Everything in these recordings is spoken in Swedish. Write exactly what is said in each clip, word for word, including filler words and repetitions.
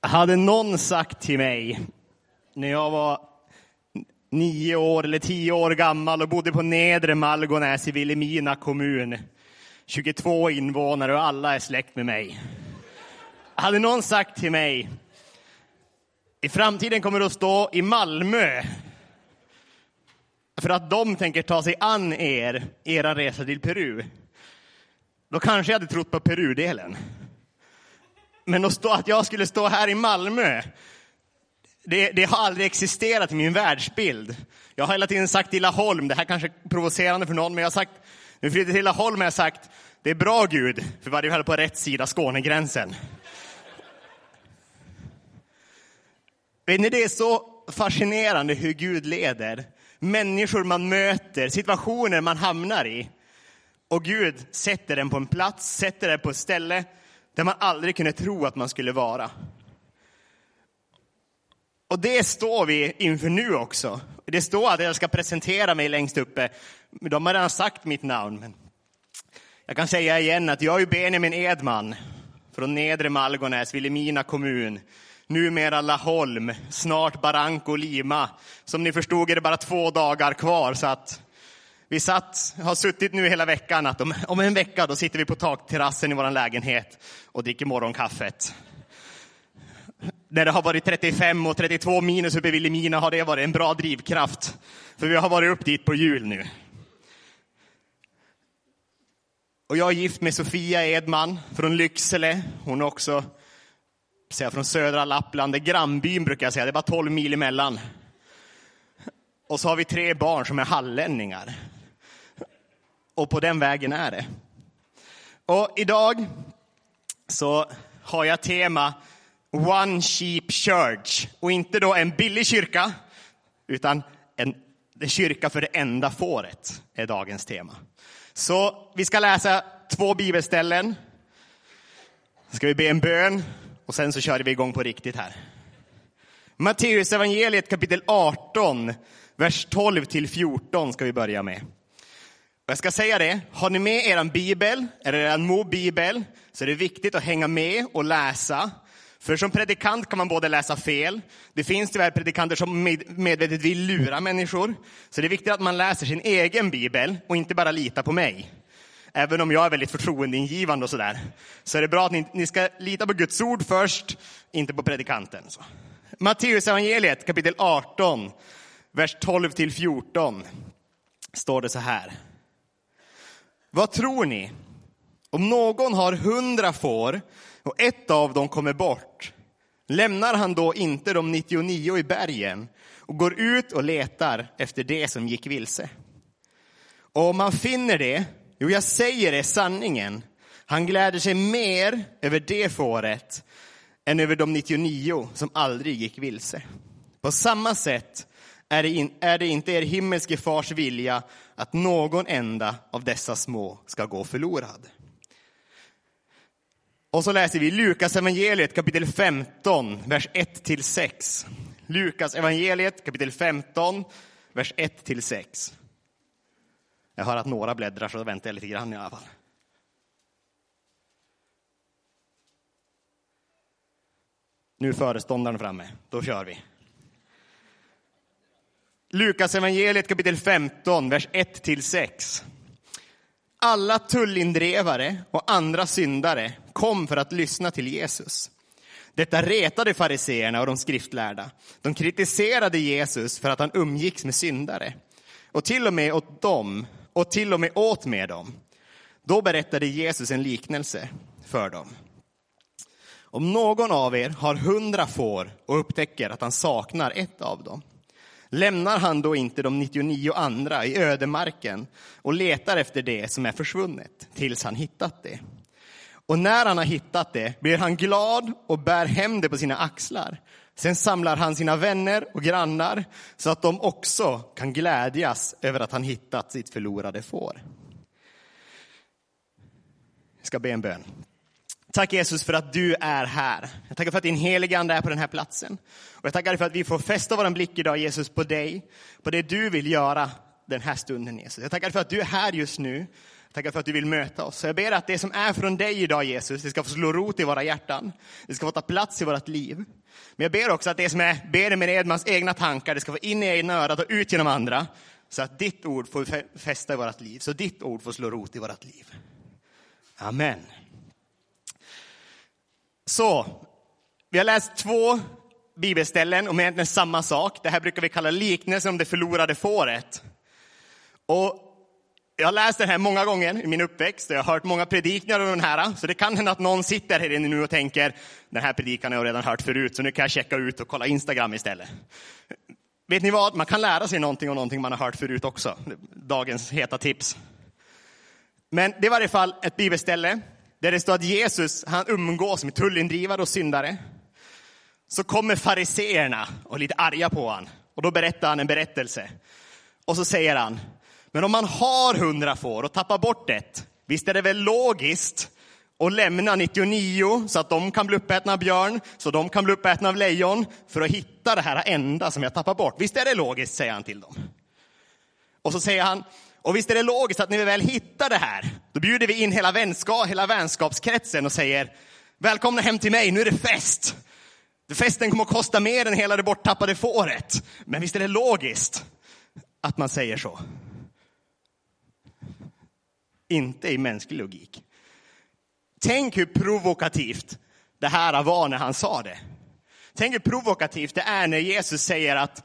Hade någon sagt till mig när jag var nio år eller tio år gammal och bodde på Nedre Malgonäs i Vilhelmina kommun, tjugotvå invånare och alla är släkt med mig. Hade någon sagt till mig, i framtiden kommer du att stå i Malmö för att de tänker ta sig an er, era resa till Peru. Då kanske jag hade trott på Peru-delen. Men att, stå, att jag skulle stå här i Malmö, det, det har aldrig existerat i min världsbild. Jag har hela tiden sagt till Laholm, det här kanske är provocerande för någon, men jag har sagt, nu flyttar till Laholm har jag sagt, det är bra Gud, för varje fall på rätt sida Skånegränsen. Vet ni, det är så fascinerande hur Gud leder. Människor man möter, situationer man hamnar i. Och Gud sätter den på en plats, sätter den på ett ställe där man aldrig kunde tro att man skulle vara. Och det står vi inför nu också. Det står att jag ska presentera mig längst uppe. De har redan sagt mitt namn. Men jag kan säga igen att jag är Benjamin Edman från Nedre Malgonäs, Vilhelmina kommun. Numera Laholm, snart Barranco och Lima. Som ni förstod är det bara två dagar kvar, så att vi satt, har suttit nu hela veckan att om, om en vecka då sitter vi på takterrassen i vår lägenhet och dricker morgonkaffet. När det har varit trettiofem och trettiotvå minus uppe i Vilhelmina har det varit en bra drivkraft. För vi har varit upp dit på jul nu. Och jag är gift med Sofia Edman från Lycksele. Hon är också säga, från södra Lappland. Det är grannbyn brukar jag säga. Det är bara tolv mil emellan. Och så har vi tre barn som är hallänningar. Och på den vägen är det. Och idag så har jag tema One Sheep Church. Och inte då en billig kyrka, utan en, en kyrka för det enda fåret är dagens tema. Så vi ska läsa två bibelställen. Ska vi be en bön och sen så kör vi igång på riktigt här. Matteus evangeliet kapitel arton, vers tolv till fjorton ska vi börja med. Och jag ska säga det, har ni med er bibel, eller er mobbibel, så är det viktigt att hänga med och läsa. För som predikant kan man både läsa fel. Det finns tyvärr predikanter som medvetet vill lura människor. Så det är viktigt att man läser sin egen bibel och inte bara lita på mig. Även om jag är väldigt förtroendeingivande och sådär. Så är det bra att ni, ni ska lita på Guds ord först, inte på predikanten. Så. Matteus evangeliet kapitel arton, vers tolv till fjorton. Står det så här. Vad tror ni? Om någon har hundra får och ett av dem kommer bort, lämnar han då inte de nittionio i bergen och går ut och letar efter det som gick vilse? Och om man finner det, jo jag säger det sanningen, han gläder sig mer över det fåret än över de nittionio som aldrig gick vilse. På samma sätt är det, in, är det inte er himmelske fars vilja att någon enda av dessa små ska gå förlorad. Och så läser vi Lukas evangeliet kapitel femton, vers ett till sex. Lukas evangeliet kapitel femton, vers ett till sex. Jag hör att några bläddrar, så väntar jag lite grann i alla fall. Nu är föreståndaren framme, då kör vi. Lukas evangeliet kapitel femton, vers ett till sex. Alla tullindrevare och andra syndare kom för att lyssna till Jesus. Detta retade fariseerna och de skriftlärda. De kritiserade Jesus för att han umgicks med syndare. Och till och med åt dem, och till och med åt med dem. Då berättade Jesus en liknelse för dem. Om någon av er har hundra får och upptäcker att han saknar ett av dem, lämnar han då inte de nittionio andra i ödemarken och letar efter det som är försvunnet tills han hittat det? Och när han har hittat det blir han glad och bär hem det på sina axlar. Sen samlar han sina vänner och grannar så att de också kan glädjas över att han hittat sitt förlorade får. Jag ska be en bön. Tack Jesus för att du är här. Jag tackar för att din helige ande är på den här platsen. Och jag tackar för att vi får fästa vår blick idag Jesus på dig. På det du vill göra den här stunden Jesus. Jag tackar för att du är här just nu. Tackar för att du vill möta oss. Så jag ber att det som är från dig idag, Jesus, det ska få slå rot i våra hjärtan. Det ska få ta plats i vårt liv. Men jag ber också att det som är Benjamin Edmans egna tankar, det ska få in i egna örat och ut genom andra. Så att ditt ord får fästa i vårt liv. Så ditt ord får slå rot i vårt liv. Amen. Så, vi har läst två bibelställen om egentligen samma sak. Det här brukar vi kalla liknelsen om det förlorade fåret. Och jag har läst den här många gånger i min uppväxt. Jag har hört många predikningar om den här. Så det kan hända att någon sitter här inne nu och tänker, den här predikan har jag redan hört förut, så nu kan jag checka ut och kolla Instagram istället. Vet ni vad? Man kan lära sig någonting om någonting man har hört förut också. Dagens heta tips. Men det var i alla fall ett bibelställe där det står att Jesus, han umgås med tullindrivare och syndare. Så kommer fariseerna och lite arga på han. Och då berättar han en berättelse. Och så säger han, men om man har hundra får och tappar bort ett, visst är det väl logiskt att lämna nittionio så att de kan bli uppätna av björn, så de kan bli uppätna av lejon, för att hitta det här enda som jag tappar bort. Visst är det logiskt, säger han till dem. Och så säger han, och visst är det logiskt att när vi väl hittar det här, då bjuder vi in hela, vänskap, hela vänskapskretsen och säger, välkomna hem till mig, nu är det fest. Festen kommer att kosta mer än hela det borttappade fåret. Men visst är det logiskt att man säger så. Inte i mänsklig logik. Tänk hur provokativt det här var när han sa det. Tänk hur provokativt det är när Jesus säger att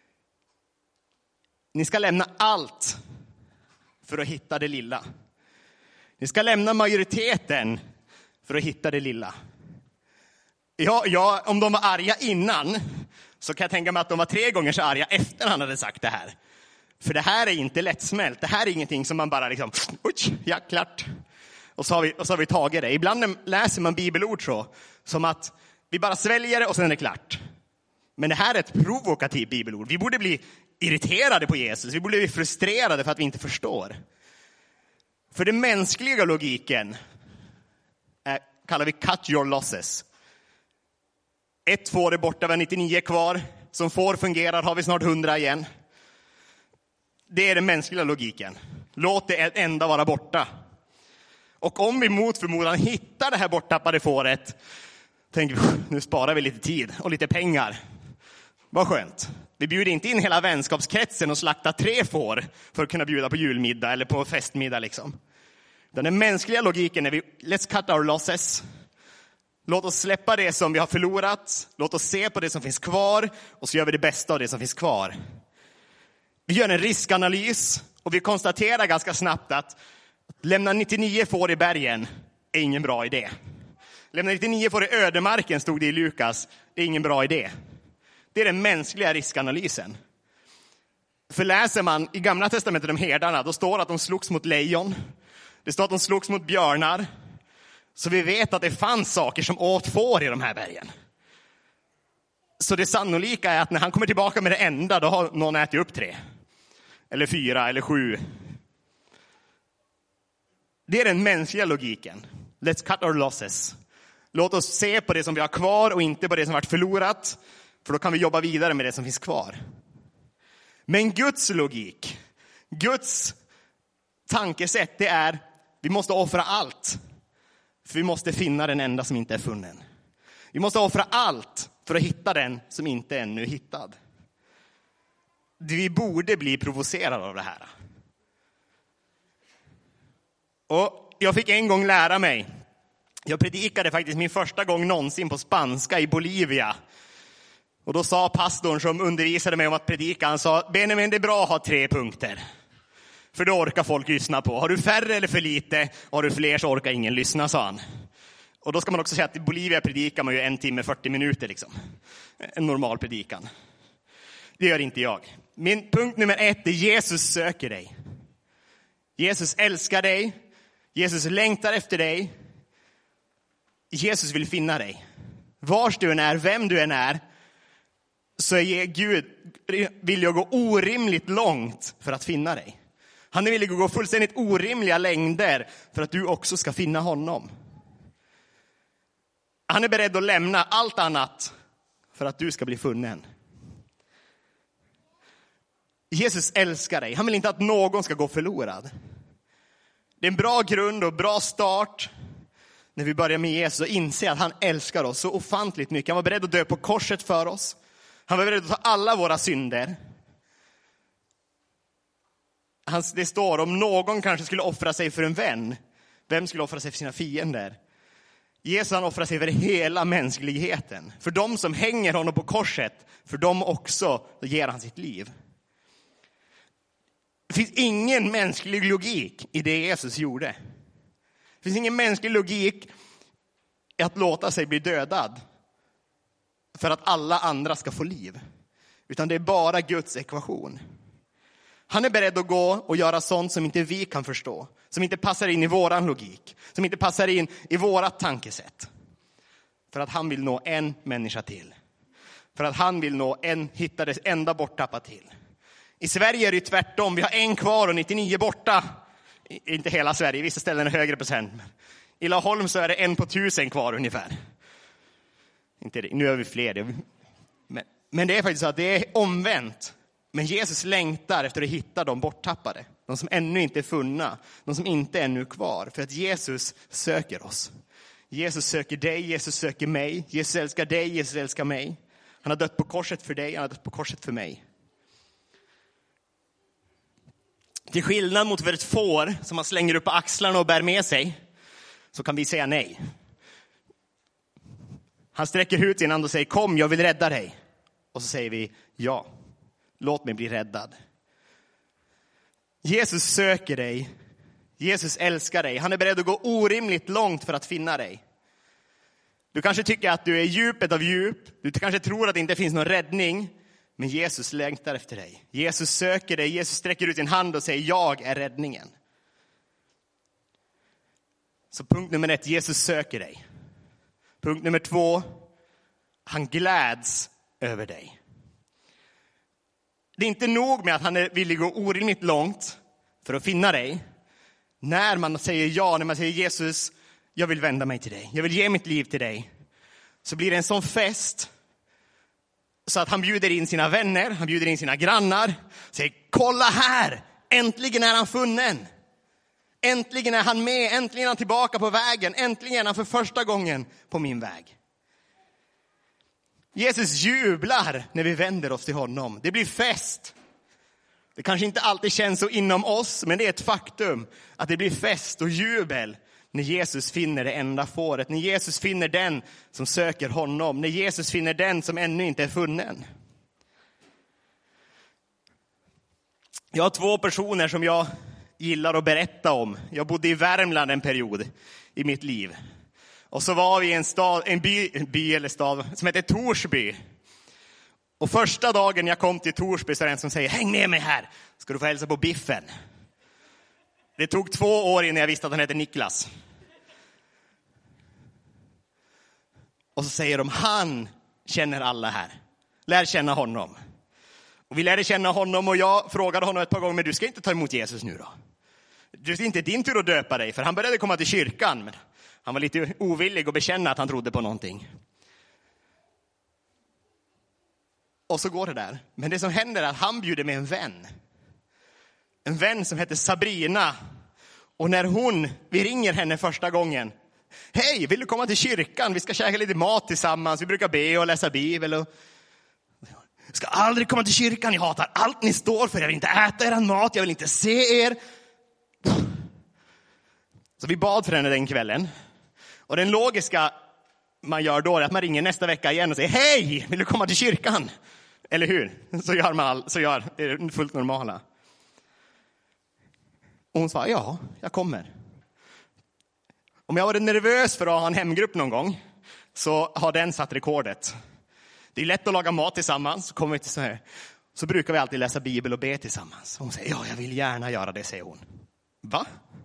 ni ska lämna allt för att hitta det lilla. Ni ska lämna majoriteten för att hitta det lilla. Ja, ja, om de var arga innan så kan jag tänka mig att de var tre gånger så arga efter han hade sagt det här. För det här är inte lättsmält. Det här är ingenting som man bara liksom, oj, ja, klart. Och så har vi, och så har vi tagit det. Ibland läser man bibelord så, som att vi bara sväljer det och sen är det klart. Men det här är ett provokativt bibelord. Vi borde bli irriterade på Jesus. Vi borde bli frustrerade för att vi inte förstår. För den mänskliga logiken är, kallar vi cut your losses. Ett får är borta, vi har nittionio kvar. Som får fungerar har vi snart hundra igen. Det är den mänskliga logiken. Låt det enda vara borta. Och om vi mot förmodan hittar det här borttappade fåret, tänker vi, nu sparar vi lite tid och lite pengar. Vad skönt. Vi bjuder inte in hela vänskapskretsen och slaktar tre får för att kunna bjuda på julmiddag eller på festmiddag liksom. Den mänskliga logiken är vi, let's cut our losses. Låt oss släppa det som vi har förlorat. Låt oss se på det som finns kvar. Och så gör vi det bästa av det som finns kvar. Vi gör en riskanalys. Och vi konstaterar ganska snabbt att lämna nittionio får i bergen är ingen bra idé. Lämna nittionio får i ödemarken, stod det i Lukas, är ingen bra idé. Det är den mänskliga riskanalysen. För läser man i Gamla testamentet om herdarna, då står det att de slogs mot lejon. Det står att de slogs mot björnar. Så vi vet att det fanns saker som åt får i de här bergen. Så det sannolika är att när han kommer tillbaka med det enda, då har någon ätit upp tre. Eller fyra, eller sju. Det är den mänskliga logiken. Let's cut our losses. Låt oss se på det som vi har kvar och inte på det som varit förlorat. För då kan vi jobba vidare med det som finns kvar. Men Guds logik, Guds tankesätt, det är vi måste offra allt. För vi måste finna den enda som inte är funnen. Vi måste offra allt för att hitta den som inte är ännu hittad. Vi borde bli provocerade av det här. Och jag fick en gång lära mig. Jag predikade faktiskt min första gång någonsin på spanska i Bolivia. Och då sa pastorn som undervisade mig om att predika, han sa, Benjamin, det är bra att ha tre punkter. För då orkar folk lyssna på. Har du färre eller för lite, har du fler så orkar ingen lyssna, sa han. Och då ska man också säga att i Bolivia predikar man ju en timme fyrtio minuter liksom. En normal predikan. Det gör inte jag. Min punkt nummer ett är Jesus söker dig. Jesus älskar dig. Jesus längtar efter dig. Jesus vill finna dig. Vars du än är, vem du än är, så är Gud vill jag gå orimligt långt för att finna dig. Han är villig att gå fullständigt orimliga längder för att du också ska finna honom. Han är beredd att lämna allt annat för att du ska bli funnen. Jesus älskar dig. Han vill inte att någon ska gå förlorad. Det är en bra grund och bra start när vi börjar med Jesus och inser att han älskar oss så ofantligt mycket. Han var beredd att dö på korset för oss. Han var beredd att ta alla våra synder. Han, det står, om någon kanske skulle offra sig för en vän, vem skulle offra sig för sina fiender? Jesus han offrar sig för hela mänskligheten. För de som hänger honom på korset, för dem också ger han sitt liv. Det finns ingen mänsklig logik i det Jesus gjorde. Det finns ingen mänsklig logik i att låta sig bli dödad för att alla andra ska få liv. Utan det är bara Guds ekvation. Han är beredd att gå och göra sånt som inte vi kan förstå. Som inte passar in i våran logik. Som inte passar in i vårat tankesätt. För att han vill nå en människa till. För att han vill nå en, hitta det enda borttappat till. I Sverige är det tvärtom. Vi har en kvar och nittionio borta. I, inte hela Sverige, i vissa ställen är högre procent. I Laholm så är det en på tusen kvar ungefär. Inte det, nu är vi fler. Men, men det är faktiskt så att det är omvänt. Men Jesus längtar efter att hitta de borttappade. De som ännu inte är funna. De som inte är ännu kvar. För att Jesus söker oss. Jesus söker dig, Jesus söker mig. Jesus älskar dig, Jesus älskar mig. Han har dött på korset för dig, han har dött på korset för mig. Till skillnad mot för ett får som man slänger upp på axlarna och bär med sig, så kan vi säga nej. Han sträcker ut sin hand och säger, kom, jag vill rädda dig. Och så säger vi, ja, låt mig bli räddad. Jesus söker dig. Jesus älskar dig. Han är beredd att gå orimligt långt för att finna dig. Du kanske tycker att du är djupet av djup. Du kanske tror att det inte finns någon räddning. Men Jesus längtar efter dig. Jesus söker dig. Jesus sträcker ut sin hand och säger, jag är räddningen. Så punkt nummer ett, Jesus söker dig. Punkt nummer två, han gläds över dig. Det är inte nog med att han är villig att gå orimligt långt för att finna dig. När man säger ja, när man säger Jesus, jag vill vända mig till dig. Jag vill ge mitt liv till dig. Så blir det en sån fest så att han bjuder in sina vänner, han bjuder in sina grannar. Säger, kolla här, äntligen är han funnen. Äntligen är han med, äntligen är han tillbaka på vägen. Äntligen är han för första gången på min väg. Jesus jublar när vi vänder oss till honom. Det blir fest. Det kanske inte alltid känns så inom oss, men det är ett faktum att det blir fest och jubel när Jesus finner det enda fåret. När Jesus finner den som söker honom. När Jesus finner den som ännu inte är funnen. Jag har två personer som jag gillar att berätta om. Jag bodde i Värmland en period i mitt liv. Och så var vi i en stad, en by, en by eller stad som heter Torsby. Och första dagen jag kom till Torsby så är det en som säger, häng med mig här, ska du få hälsa på Biffen. Det tog två år innan jag visste att han heter Niklas. Och så säger de, han känner alla här. Lär känna honom. Och vi lärde känna honom och jag frågade honom ett par gånger, men du ska inte ta emot Jesus nu då? Det är inte din tur att döpa dig, för han började komma till kyrkan. Men han var lite ovillig att bekänna att han trodde på någonting. Och så går det där. Men det som händer är att han bjuder med en vän. En vän som heter Sabrina. Och när hon, vi ringer henne första gången. Hej, vill du komma till kyrkan? Vi ska käka lite mat tillsammans. Vi brukar be och läsa bibel. Och... Jag ska aldrig komma till kyrkan. Jag hatar allt ni står för. Jag vill inte äta er mat. Jag vill inte se er. Så vi bad för henne den kvällen. Och den logiska man gör då är att man ringer nästa vecka igen och säger, hej, vill du komma till kyrkan? Eller hur? Så gör man all, så gör det är fullt normala. Och hon sa, ja, jag kommer. Om jag var nervös för att ha en hemgrupp någon gång, så har den satt rekordet. Det är lätt att laga mat tillsammans. Så kommer vi till så här. Så brukar vi alltid läsa bibel och be tillsammans. Hon säger, ja, jag vill gärna göra det, säger hon. Va?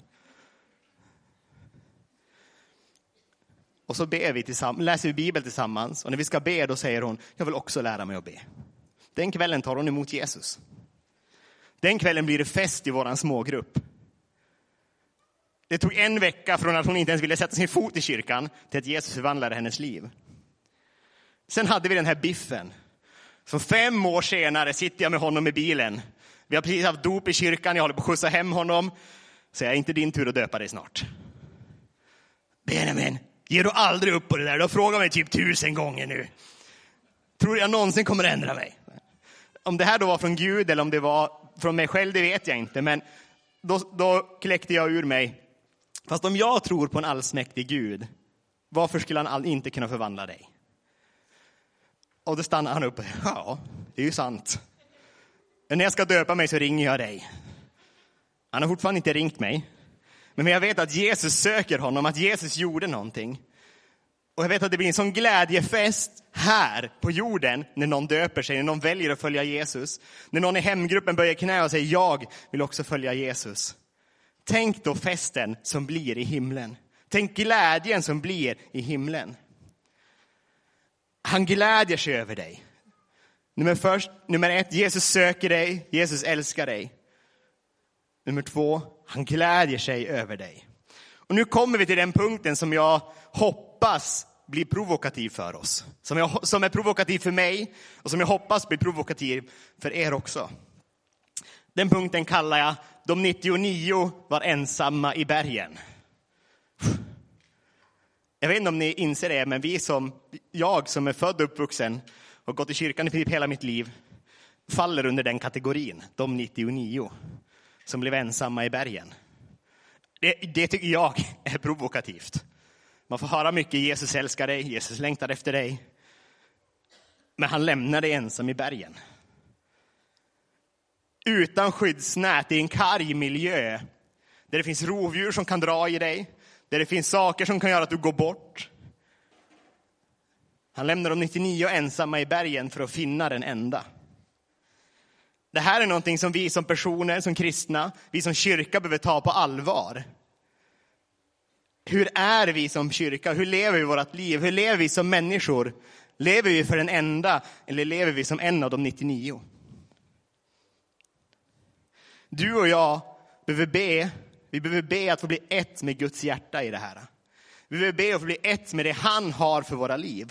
Och så ber vi tillsammans, läser vi bibel tillsammans. Och när vi ska be, då säger hon, jag vill också lära mig att be. Den kvällen tar hon emot Jesus. Den kvällen blir det fest i våran smågrupp. Det tog en vecka från att hon inte ens ville sätta sin fot i kyrkan till att Jesus förvandlade hennes liv. Sen hade vi den här Biffen. Så fem år senare sitter jag med honom i bilen. Vi har precis haft dop i kyrkan, jag håller på att skjutsa hem honom. Så är inte din tur att döpa dig snart. Benjamin, ger du aldrig upp på det där? Du har frågat mig typ tusen gånger nu. Tror jag någonsin kommer ändra mig? Om det här då var från Gud eller om det var från mig själv, det vet jag inte. Men då, då kläckte jag ur mig. Fast om jag tror på en allsmäktig Gud, varför skulle han all, inte kunna förvandla dig? Och då stannar han upp. Ja, det är ju sant. Men när jag ska döpa mig så ringer jag dig. Han har fortfarande inte ringt mig. Men jag vet att Jesus söker honom, att Jesus gjorde någonting. Och jag vet att det blir en sån glädjefest här på jorden när någon döper sig, när någon väljer att följa Jesus. När någon i hemgruppen böjer knä och säger, jag vill också följa Jesus. Tänk då festen som blir i himlen. Tänk glädjen som blir i himlen. Han glädjer sig över dig. Nummer, först, nummer ett, Jesus söker dig, Jesus älskar dig. Nummer två, han glädjer sig över dig. Och nu kommer vi till den punkten som jag hoppas blir provokativ för oss. Som, jag, som är provokativ för mig och som jag hoppas blir provokativ för er också. Den punkten kallar jag, de nittionio var ensamma i bergen. Jag vet inte om ni inser det, men vi som, jag som är född och uppvuxen och gått i kyrkan i princip hela mitt liv faller under den kategorin, de nittionio som blev ensamma i bergen. Det, det tycker jag är provokativt. Man får höra mycket, Jesus älskar dig, Jesus längtar efter dig. Men han lämnar dig ensam i bergen. Utan skyddsnät i en karg miljö. Där det finns rovdjur som kan dra i dig. Där det finns saker som kan göra att du går bort. Han lämnar de nittionio ensamma i bergen för att finna den enda. Det här är någonting som vi som personer, som kristna, vi som kyrka behöver ta på allvar. Hur är vi som kyrka? Hur lever vi vårt liv? Hur lever vi som människor? Lever vi för den enda eller lever vi som en av de nittionio? Du och jag behöver be, vi behöver be att få bli ett med Guds hjärta i det här. Vi behöver be att få bli ett med det han har för våra liv.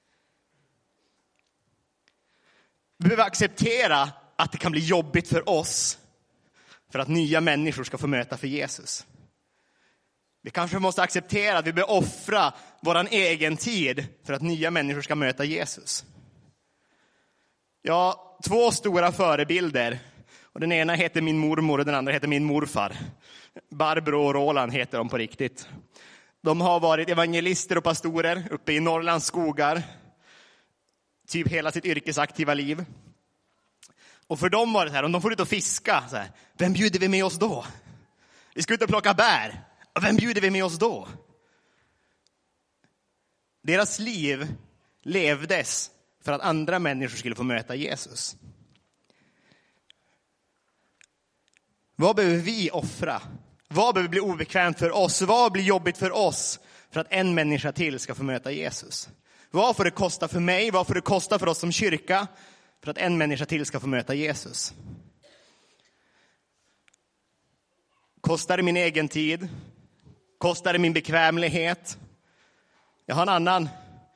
Vi behöver acceptera att det kan bli jobbigt för oss för att nya människor ska få möta för Jesus. Vi kanske måste acceptera att vi behöver offra vår egen tid för att nya människor ska möta Jesus. Jag har två stora förebilder. Och den ena heter min mormor och den andra heter min morfar. Barbro och Roland heter de på riktigt. De har varit evangelister och pastorer uppe i Norrlands skogar. Typ hela sitt yrkesaktiva liv. Och för dem var det så här, om de får ut och fiska, så här, vem bjuder vi med oss då? Vi ska ut och plocka bär. Vem bjuder vi med oss då? Deras liv levdes för att andra människor skulle få möta Jesus. Vad behöver vi offra? Vad behöver bli obekvämt för oss? Vad blir jobbigt för oss för att en människa till ska få möta Jesus? Vad får det kosta för mig? Vad får det kosta för oss som kyrka för att en människa till ska få möta Jesus? Kostar det min egen tid? Kostar det min bekvämlighet? Jag har en annan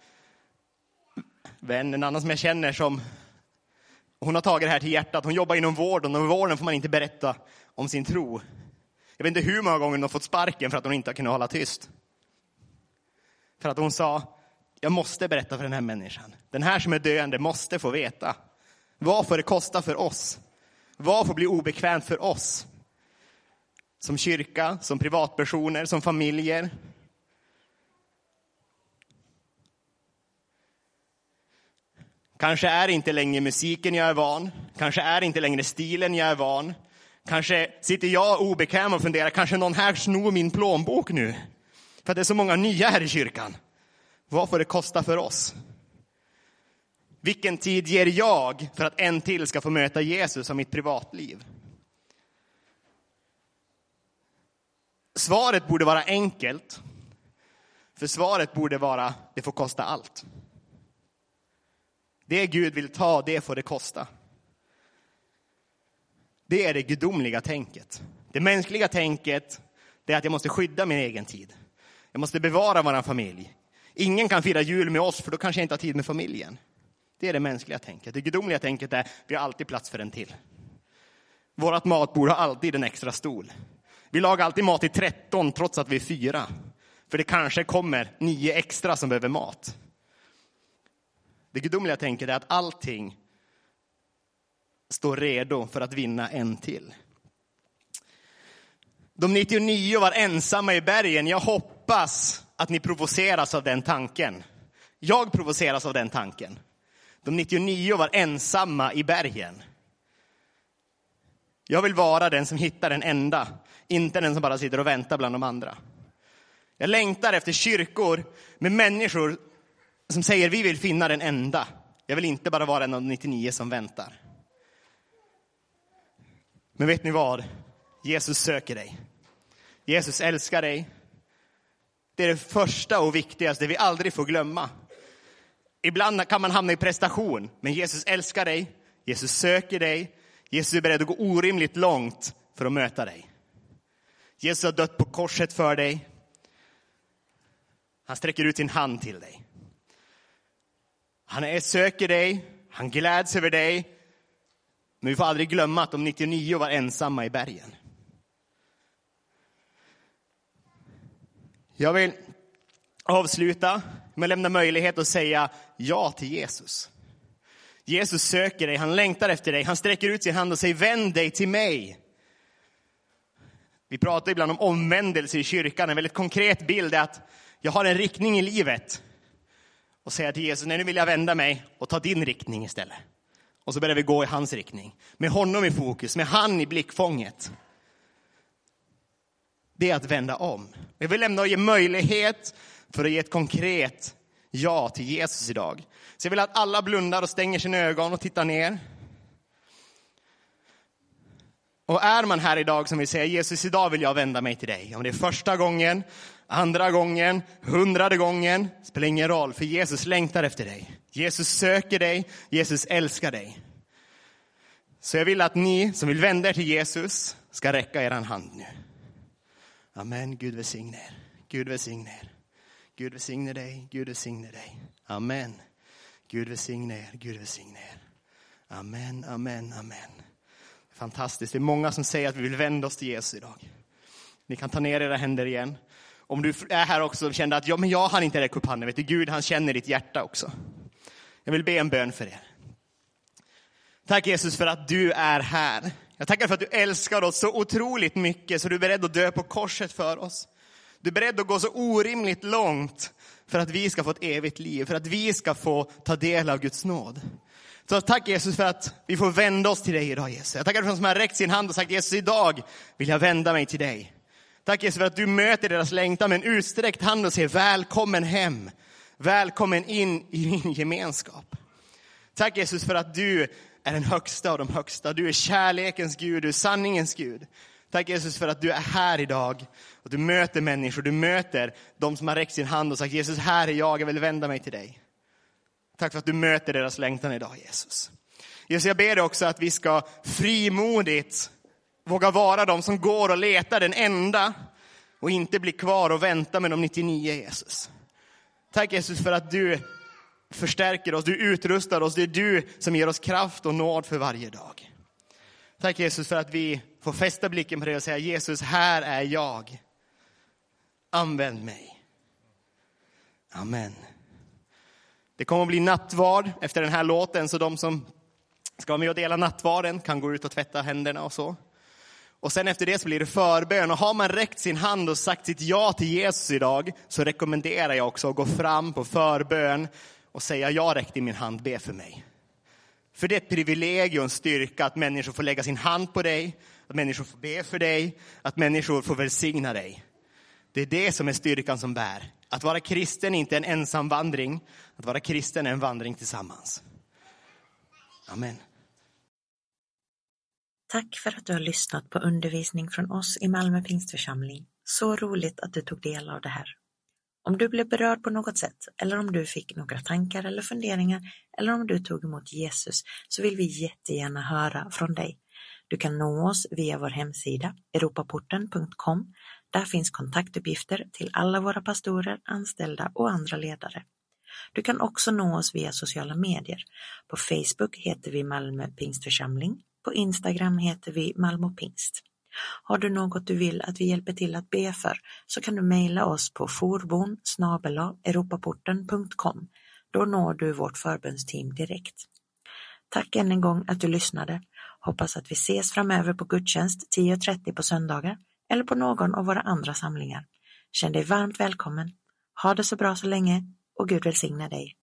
vän, en annan som jag känner som hon har tagit det här till hjärtat. Hon jobbar inom vården och i vården får man inte berätta om sin tro. Jag vet inte hur många gånger hon har fått sparken för att hon inte har kunnat hålla tyst. För att hon sa, jag måste berätta för den här människan. Den här som är döende måste få veta. Vad får det kosta för oss? Vad får bli obekvämt för oss? Som kyrka, som privatpersoner, som familjer. Kanske är inte längre musiken jag är van. Kanske är inte längre stilen jag är van. Kanske sitter jag obekväm och funderar, kanske någon här snor min plånbok nu. För att det är så många nya här i kyrkan. Vad får det kosta för oss? Vilken tid ger jag för att en till ska få möta Jesus som mitt privatliv? Svaret borde vara enkelt. För svaret borde vara, det får kosta allt. Det Gud vill ta, det får det kosta. Det är det gudomliga tänket. Det mänskliga tänket, det är att jag måste skydda min egen tid. Jag måste bevara vår familj. Ingen kan fira jul med oss för då kanske jag inte har tid med familjen. Det är det mänskliga tänket. Det gudomliga tänket är, vi har alltid plats för en till. Vårat matbord har alltid en extra stol. Vi lagar alltid mat till tretton trots att vi är fyra. För det kanske kommer nio extra som behöver mat. Det gudomliga tänker är att allting står redo för att vinna en till. De nittionio var ensamma i bergen. Jag hoppas att ni provoceras av den tanken. Jag provoceras av den tanken. De nittionio var ensamma i bergen. Jag vill vara den som hittar den enda, inte den som bara sitter och väntar bland de andra. Jag längtar efter kyrkor med människor som säger vi vill finna den enda. Jag vill inte bara vara en av de nittionio som väntar. Men vet ni vad? Jesus söker dig. Jesus älskar dig. Det är det första och viktigaste vi aldrig får glömma. Ibland kan man hamna i prestation, men Jesus älskar dig. Jesus söker dig. Jesus är beredd att gå orimligt långt för att möta dig. Jesus har dött på korset för dig. Han sträcker ut sin hand till dig. Han är, söker dig. Han gläds över dig. Men vi får aldrig glömma att de nittionio var ensamma i bergen. Jag vill avsluta med att lämna möjlighet att säga ja till Jesus. Jesus söker dig, han längtar efter dig. Han sträcker ut sin hand och säger vänd dig till mig. Vi pratar ibland om omvändelse i kyrkan. En väldigt konkret bild är att jag har en riktning i livet. Och säger till Jesus, nej nu vill jag vända mig och ta din riktning istället. Och så börjar vi gå i hans riktning. Med honom i fokus, med han i blickfånget. Det är att vända om. Jag vill lämna och ge möjlighet för att ge ett konkret ja till Jesus idag. Så jag vill att alla blundar och stänger sina ögon och tittar ner. Och är man här idag som vill säga Jesus, idag vill jag vända mig till dig. Om det är första gången, andra gången, hundrade gången, spelar ingen roll. För Jesus längtar efter dig. Jesus söker dig. Jesus älskar dig. Så jag vill att ni som vill vända er till Jesus ska räcka er hand nu. Amen. Gud välsigne er. Gud välsigne er. Gud välsigne dig. Gud välsigne dig. Amen. Gud välsigne er. Gud välsigne er. Amen, amen, amen. Fantastiskt. Det är många som säger att vi vill vända oss till Jesus idag. Ni kan ta ner era händer igen. Om du är här också och känner att ja, men jag har inte räckt upp handen. Vet du, Gud han känner ditt hjärta också. Jag vill be en bön för er. Tack Jesus för att du är här. Jag tackar för att du älskar oss så otroligt mycket så du är beredd att dö på korset för oss. Du är beredd att gå så orimligt långt för att vi ska få ett evigt liv. För att vi ska få ta del av Guds nåd. Så tack Jesus för att vi får vända oss till dig idag Jesus. Jag tackar för att som har räckt sin hand och sagt Jesus idag vill jag vända mig till dig. Tack Jesus för att du möter deras längtan med en utsträckt hand och säger välkommen hem. Välkommen in i din gemenskap. Tack Jesus för att du är den högsta av de högsta. Du är kärlekens Gud, du är sanningens Gud. Tack Jesus för att du är här idag. Och du möter människor, du möter de som har räckt sin hand och sagt Jesus här är jag, jag vill vända mig till dig. Tack för att du möter deras längtan idag Jesus. Jesus jag ber dig också att vi ska frimodigt våga vara de som går och letar den enda. Och inte bli kvar och vänta med de nittionio Jesus. Tack Jesus för att du förstärker oss, du utrustar oss. Det är du som ger oss kraft och nåd för varje dag. Tack Jesus för att vi får fästa blicken på dig och säga Jesus, här är jag. Använd mig. Amen. Det kommer att bli nattvard efter den här låten. Så de som ska vara med och dela nattvarden kan gå ut och tvätta händerna och så. Och sen efter det så blir det förbön. Och har man räckt sin hand och sagt sitt ja till Jesus idag så rekommenderar jag också att gå fram på förbön och säga jag räckte min hand, be för mig. För det är ett privilegium och styrka att människor får lägga sin hand på dig. Att människor får be för dig. Att människor får välsigna dig. Det är det som är styrkan som bär. Att vara kristen är inte en ensam vandring. Att vara kristen är en vandring tillsammans. Amen. Tack för att du har lyssnat på undervisning från oss i Malmö Pingstförsamling. Så roligt att du tog del av det här. Om du blev berörd på något sätt, eller om du fick några tankar eller funderingar, eller om du tog emot Jesus, så vill vi jättegärna höra från dig. Du kan nå oss via vår hemsida europaporten punkt com. Där finns kontaktuppgifter till alla våra pastorer, anställda och andra ledare. Du kan också nå oss via sociala medier. På Facebook heter vi Malmö Pingstförsamling. På Instagram heter vi Malmö Pingst. Har du något du vill att vi hjälper till att be för så kan du mejla oss på forbon snabel-a europaporten punkt com. Då når du vårt förbönsteam direkt. Tack än en gång att du lyssnade. Hoppas att vi ses framöver på gudstjänst tio och trettio på söndagar eller på någon av våra andra samlingar. Känn dig varmt välkommen. Ha det så bra så länge och Gud välsigne dig.